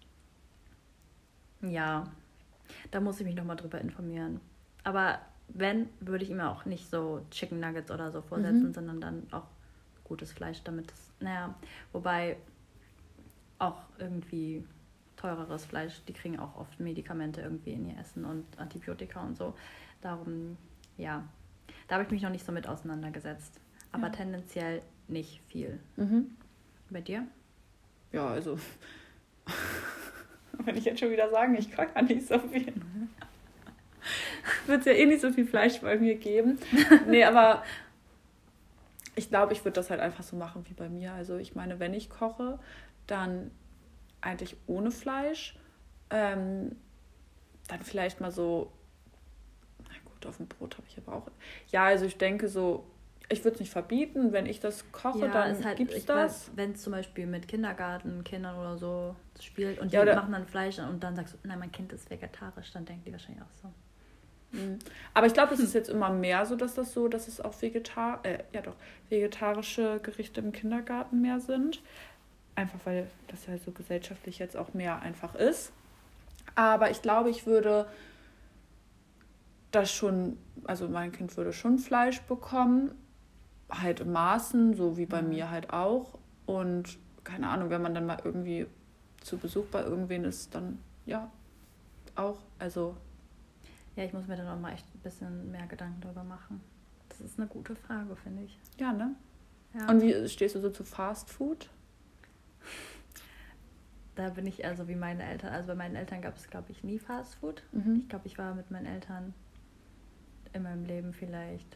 ja, da muss ich mich nochmal drüber informieren. Aber wenn, würde ich ihm auch nicht so Chicken Nuggets oder so vorsetzen, mhm. sondern dann auch gutes Fleisch, damit es, naja, wobei auch irgendwie teureres Fleisch, die kriegen auch oft Medikamente irgendwie in ihr Essen und Antibiotika und so. Darum, ja, da habe ich mich noch nicht so mit auseinandergesetzt. Aber ja. tendenziell nicht viel. Mhm. Bei dir? Ja, also, wenn ich jetzt schon wieder sagen, ich koche ja nicht so viel. Mhm. Wird es ja eh nicht so viel Fleisch bei mir geben. Nee, aber ich glaube, ich würde das halt einfach so machen wie bei mir. Also ich meine, wenn ich koche, dann eigentlich ohne Fleisch. Ähm, dann vielleicht mal so, na gut, auf dem Brot habe ich aber auch. Ja, also ich denke so, ich würde es nicht verbieten. Wenn ich das koche, ja, dann halt, gibt es das. Wenn es zum Beispiel mit Kindergarten, Kindern oder so spielt und die ja, machen dann Fleisch und dann sagst du, nein, mein Kind ist vegetarisch, dann denken die wahrscheinlich auch so. Aber ich glaube, es ist jetzt immer mehr so, dass das so, dass es auch Vegetar äh, ja doch, vegetarische Gerichte im Kindergarten mehr sind. Einfach weil das ja so gesellschaftlich jetzt auch mehr einfach ist. Aber ich glaube, ich würde das schon, also mein Kind würde schon Fleisch bekommen, halt in Maßen, so wie bei mhm. mir halt auch. Und keine Ahnung, wenn man dann mal irgendwie zu Besuch bei irgendwen ist, dann ja, auch, also... Ja, ich muss mir dann auch mal echt ein bisschen mehr Gedanken darüber machen. Das ist eine gute Frage, finde ich. Ja, ne? Ja. Und wie stehst du so zu Fast Food? Da bin ich also wie meine Eltern. Also bei meinen Eltern gab es, glaube ich, nie Fast Food. Mhm. Ich glaube, ich war mit meinen Eltern in meinem Leben vielleicht,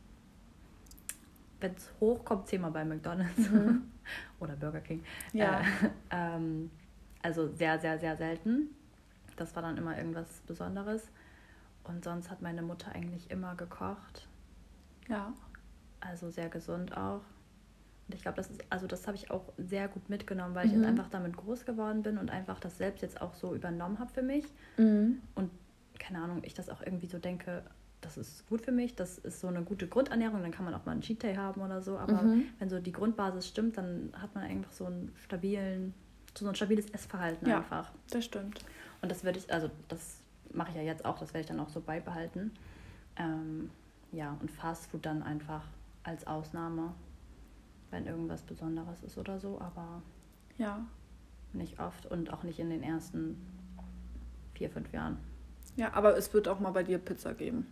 wenn es hochkommt, zehnmal bei McDonald's mhm. oder Burger King. Ja. Äh, ähm, also sehr, sehr, sehr selten. Das war dann immer irgendwas Besonderes. Und sonst hat meine Mutter eigentlich immer gekocht. Ja. Also sehr gesund auch. Und ich glaube, das ist, also das habe ich auch sehr gut mitgenommen, weil mhm. ich jetzt einfach damit groß geworden bin und einfach das selbst jetzt auch so übernommen habe für mich. Mhm. Und keine Ahnung, ich das auch irgendwie so denke, das ist gut für mich, das ist so eine gute Grundernährung, dann kann man auch mal einen Cheat Day haben oder so. Aber mhm. wenn so die Grundbasis stimmt, dann hat man einfach so einen stabilen, so ein stabiles Essverhalten ja, einfach. Das stimmt. Und das würde ich, also das mache ich ja jetzt auch, das werde ich dann auch so beibehalten. Ähm, ja, und Fast Food dann einfach als Ausnahme, wenn irgendwas Besonderes ist oder so, aber ja. nicht oft und auch nicht in den ersten vier, fünf Jahren. Ja, aber es wird auch mal bei dir Pizza geben.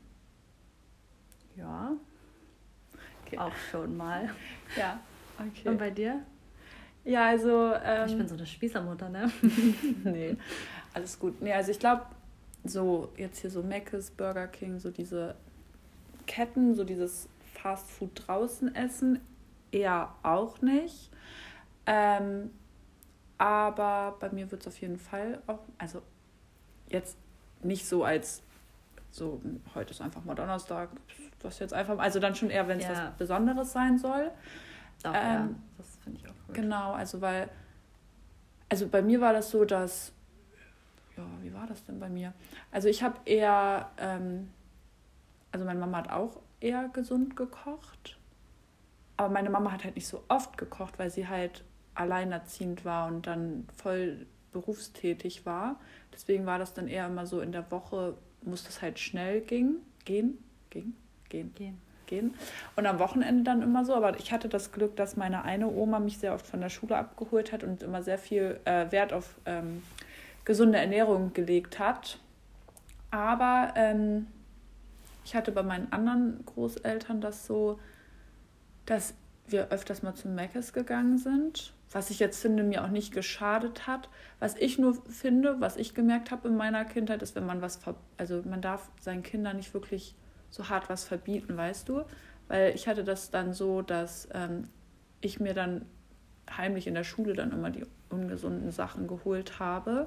Ja, okay. Auch schon mal. Ja, okay. Und bei dir? Ja, also... Ähm, ich bin so eine Spießermutter, ne? Nee, alles gut. Nee, also ich glaube, so jetzt hier so Mc's, Burger King, so diese Ketten, so dieses Fast Food draußen essen, eher auch nicht. Ähm, aber bei mir wird es auf jeden Fall auch, also jetzt nicht so als so, heute ist einfach mal Donnerstag, was jetzt einfach, also dann schon eher, wenn es ja. was Besonderes sein soll. Doch, ähm, ja, das finde ich auch gut. Genau, also weil, also bei mir war das so, dass ja, wie war das denn bei mir? Also ich habe eher, ähm, also meine Mama hat auch eher gesund gekocht, aber meine Mama hat halt nicht so oft gekocht, weil sie halt alleinerziehend war und dann voll berufstätig war. Deswegen war das dann eher immer so, in der Woche muss das halt schnell gehen, gehen, gehen, gehen, gehen. gehen. Und am Wochenende dann immer so, aber ich hatte das Glück, dass meine eine Oma mich sehr oft von der Schule abgeholt hat und immer sehr viel äh, Wert auf ähm, gesunde Ernährung gelegt hat. Aber ähm, ich hatte bei meinen anderen Großeltern das so, dass wir öfters mal zum Mc's gegangen sind, was ich jetzt finde, mir auch nicht geschadet hat. Was ich nur finde, was ich gemerkt habe in meiner Kindheit, ist, wenn man was, ver- also man darf seinen Kindern nicht wirklich so hart was verbieten, weißt du? Weil ich hatte das dann so, dass ähm, ich mir dann heimlich in der Schule dann immer die ungesunden Sachen geholt habe.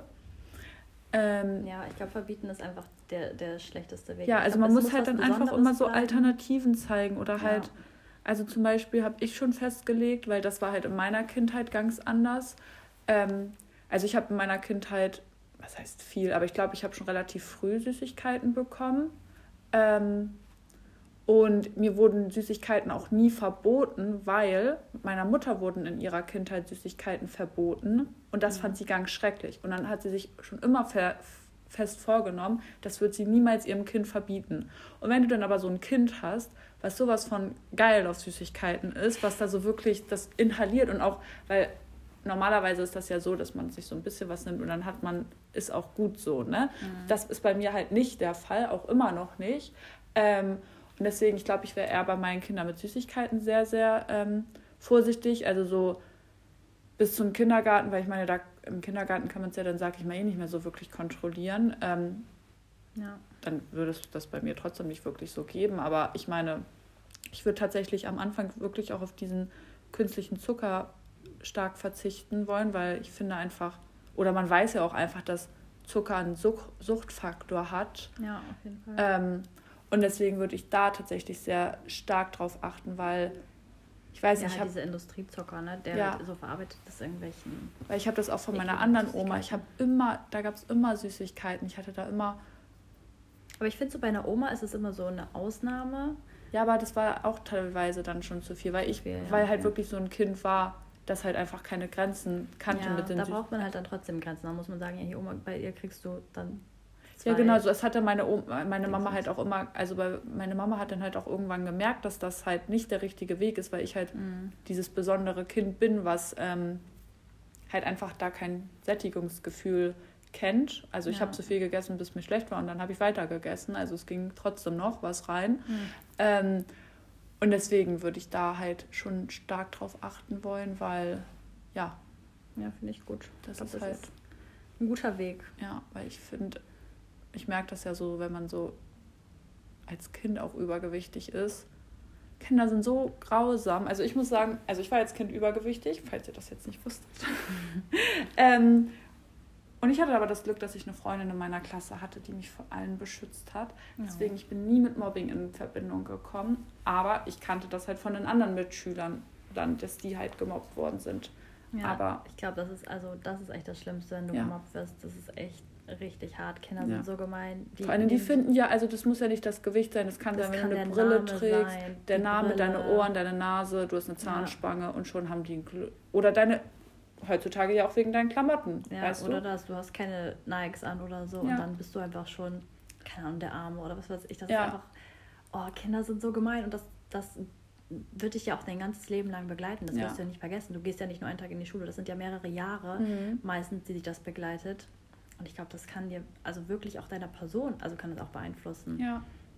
Ähm, ja, ich glaube, verbieten ist einfach der, der schlechteste Weg. Ja, also glaub, man muss halt dann einfach immer so bleiben. Alternativen zeigen oder ja. halt, also zum Beispiel habe ich schon festgelegt, weil das war halt in meiner Kindheit ganz anders. Ähm, also ich habe in meiner Kindheit, was heißt viel, aber ich glaube, ich habe schon relativ früh Süßigkeiten bekommen. Ähm, Und mir wurden Süßigkeiten auch nie verboten, weil meiner Mutter wurden in ihrer Kindheit Süßigkeiten verboten. Und das mhm. fand sie ganz schrecklich. Und dann hat sie sich schon immer ver- fest vorgenommen, das wird sie niemals ihrem Kind verbieten. Und wenn du dann aber so ein Kind hast, was sowas von geil auf Süßigkeiten ist, was da so wirklich das inhaliert und auch, weil normalerweise ist das ja so, dass man sich so ein bisschen was nimmt und dann hat man, ist auch gut so, ne? Mhm. Das ist bei mir halt nicht der Fall, auch immer noch nicht. Ähm, Und deswegen, ich glaube, ich wäre eher bei meinen Kindern mit Süßigkeiten sehr, sehr ähm, vorsichtig. Also so bis zum Kindergarten, weil ich meine, da im Kindergarten kann man es ja dann, sag ich mal, eh nicht mehr so wirklich kontrollieren. Ähm, ja. Dann würde es das bei mir trotzdem nicht wirklich so geben. Aber ich meine, ich würde tatsächlich am Anfang wirklich auch auf diesen künstlichen Zucker stark verzichten wollen, weil ich finde einfach, oder man weiß ja auch einfach, dass Zucker einen Such- Suchtfaktor hat. Ja, auf jeden Fall. Ähm, Und deswegen würde ich da tatsächlich sehr stark drauf achten, weil ich weiß ja, nicht, ich habe diese Industriezucker, ne, der ja. wird so verarbeitet ist irgendwelchen. Weil ich habe das auch von meiner anderen Oma. Ich habe immer, da gab es immer Süßigkeiten. Ich hatte da immer. Aber ich finde so bei einer Oma ist es immer so eine Ausnahme. Ja, aber das war auch teilweise dann schon zu viel, weil ich, viel, ja, weil halt ja. wirklich so ein Kind war, das halt einfach keine Grenzen kannte ja, mit den. Da braucht man halt dann trotzdem Grenzen. Da muss man sagen, ja, hier Oma, bei ihr kriegst du dann. Ja, genau, so, das hatte meine, Oma, meine Mama halt auch immer, also bei, meine Mama hat dann halt auch irgendwann gemerkt, dass das halt nicht der richtige Weg ist, weil ich halt mhm. dieses besondere Kind bin, was ähm, halt einfach da kein Sättigungsgefühl kennt. Also ich ja. habe zu viel gegessen, bis mir schlecht war und dann habe ich weiter gegessen, also es ging trotzdem noch was rein. Mhm. Ähm, und deswegen würde ich da halt schon stark drauf achten wollen, weil, ja. Ja, finde ich gut. Das, ich glaub, ist, das halt, ist ein guter Weg. Ja, weil ich finde... Ich merke das ja so, wenn man so als Kind auch übergewichtig ist. Kinder sind so grausam. Also ich muss sagen, also ich war als Kind übergewichtig, falls ihr das jetzt nicht wusstet. ähm, und ich hatte aber das Glück, dass ich eine Freundin in meiner Klasse hatte, die mich vor allen beschützt hat. Deswegen, ich bin nie mit Mobbing in Verbindung gekommen. Aber ich kannte das halt von den anderen Mitschülern, dann, dass die halt gemobbt worden sind. Ja, aber ich glaube, das ist also das ist echt das Schlimmste, wenn du ja. gemobbt wirst. Das ist echt richtig hart. Kinder ja. sind so gemein. Die, Vor allem, die finden ja, also das muss ja nicht das Gewicht sein, das kann das sein, wenn du eine Brille Name trägst, sein, der Name, Brille. Deine Ohren, deine Nase, du hast eine Zahnspange ja. und schon haben die, ein, oder deine, heutzutage ja auch wegen deinen Klamotten, ja, weißt oder du? das, du hast keine Nikes an oder so ja. und dann bist du einfach schon, keine Ahnung, der Arme oder was weiß ich, das ja. ist einfach, oh, Kinder sind so gemein und das, das wird dich ja auch dein ganzes Leben lang begleiten, das ja. wirst du ja nicht vergessen. Du gehst ja nicht nur einen Tag in die Schule, das sind ja mehrere Jahre mhm. meistens, die dich das begleitet. Und ich glaube, das kann dir, also wirklich auch deiner Person, also kann das auch beeinflussen. Ja.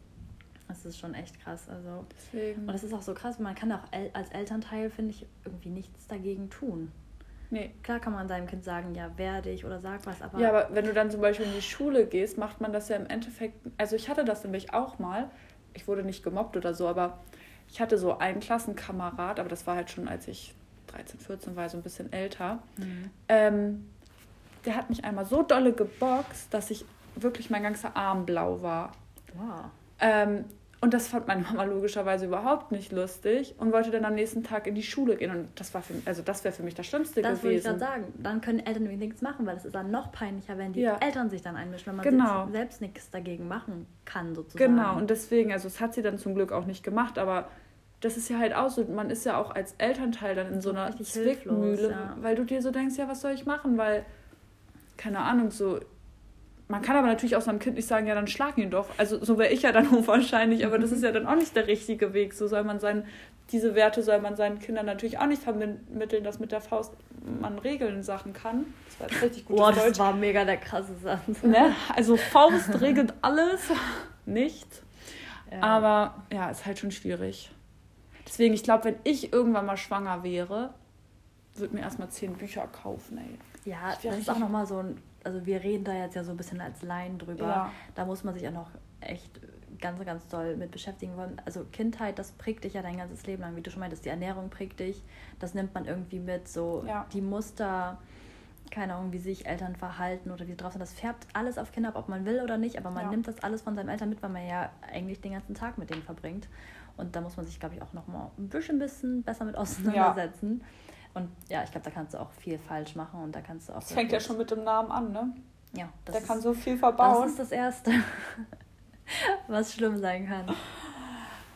Das ist schon echt krass. Also. Deswegen. Und das ist auch so krass, man kann auch als Elternteil, finde ich, irgendwie nichts dagegen tun. Nee. Klar kann man seinem Kind sagen, ja, werde ich oder sag was, aber... Ja, aber wenn du dann zum Beispiel in die Schule gehst, macht man das ja im Endeffekt... Also ich hatte das nämlich auch mal, ich wurde nicht gemobbt oder so, aber ich hatte so einen Klassenkamerad, aber das war halt schon, als ich dreizehn, vierzehn war, so ein bisschen älter. Mhm. Ähm... Der hat mich einmal so dolle geboxt, dass ich wirklich mein ganzer Arm blau war. Wow. Ähm, und das fand meine Mama logischerweise überhaupt nicht lustig und wollte dann am nächsten Tag in die Schule gehen. Und das war für mich, also das wäre für mich das Schlimmste das gewesen. Das wollte ich gerade sagen. Dann können Eltern nämlich nichts machen, weil es ist dann noch peinlicher, wenn die ja. Eltern sich dann einmischen, wenn man genau. selbst nichts dagegen machen kann, sozusagen. Genau, und deswegen, also das hat sie dann zum Glück auch nicht gemacht, aber das ist ja halt auch so, man ist ja auch als Elternteil dann in so einer Zwickmühle, ja. weil du dir so denkst, ja, was soll ich machen, weil keine Ahnung, so, man kann aber natürlich auch seinem Kind nicht sagen, ja, dann schlag ihn doch. Also so wäre ich ja dann wahrscheinlich, aber das ist ja dann auch nicht der richtige Weg. So soll man sein, diese Werte soll man seinen Kindern natürlich auch nicht vermitteln, dass mit der Faust man regeln Sachen kann. Das war jetzt richtig gutes Boah, das Deutsch. war mega der krasse Satz. Ne? Also Faust regelt alles, nicht. Ja. Aber ja, ist halt schon schwierig. Deswegen, ich glaube, wenn ich irgendwann mal schwanger wäre, würde mir erstmal zehn Bücher kaufen, ey. Ja, das ist auch nochmal so ein, also wir reden da jetzt ja so ein bisschen als Laien drüber. Ja. Da muss man sich auch noch echt ganz, ganz doll mit beschäftigen wollen. Also Kindheit, das prägt dich ja dein ganzes Leben lang, wie du schon meintest, die Ernährung prägt dich. Das nimmt man irgendwie mit, so ja. die Muster, keine Ahnung, wie sich Eltern verhalten oder wie sie drauf sind. Das färbt alles auf Kinder ab, ob man will oder nicht, aber man ja. nimmt das alles von seinen Eltern mit, weil man ja eigentlich den ganzen Tag mit denen verbringt. Und da muss man sich, glaube ich, auch nochmal ein bisschen, bisschen besser mit auseinandersetzen. Ja. Und ja, ich glaube, da kannst du auch viel falsch machen und da kannst du auch... Das fängt ja schon mit dem Namen an, ne? Ja. Das Der ist, kann so viel verbauen. Das ist das Erste, was schlimm sein kann.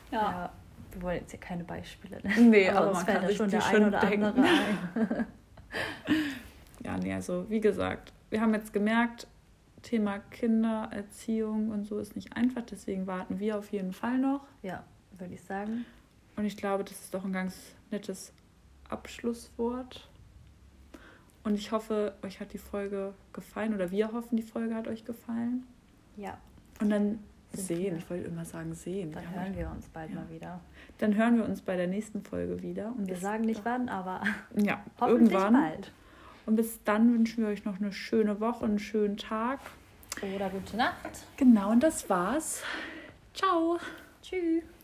Ja. ja. Wir wollen jetzt hier keine Beispiele nennen. Nee, aber, aber man fällt kann sich schon der ein oder denken. andere ein. Ja, nee, also wie gesagt, wir haben jetzt gemerkt, Thema Kindererziehung und so ist nicht einfach, deswegen warten wir auf jeden Fall noch. Ja, würde ich sagen. Und ich glaube, das ist doch ein ganz nettes Abschlusswort. Und ich hoffe, euch hat die Folge gefallen oder wir hoffen, die Folge hat euch gefallen. Ja. Und dann Sind sehen, wir. ich wollte immer sagen sehen. Dann ja, hören wir uns bald ja. mal wieder. Dann hören wir uns bei der nächsten Folge wieder. Und wir sagen nicht wann, aber ja, hoffentlich irgendwann. bald. Und bis dann wünschen wir euch noch eine schöne Woche, einen schönen Tag. Oder gute Nacht. Genau, und das war's. Ciao. Tschüss.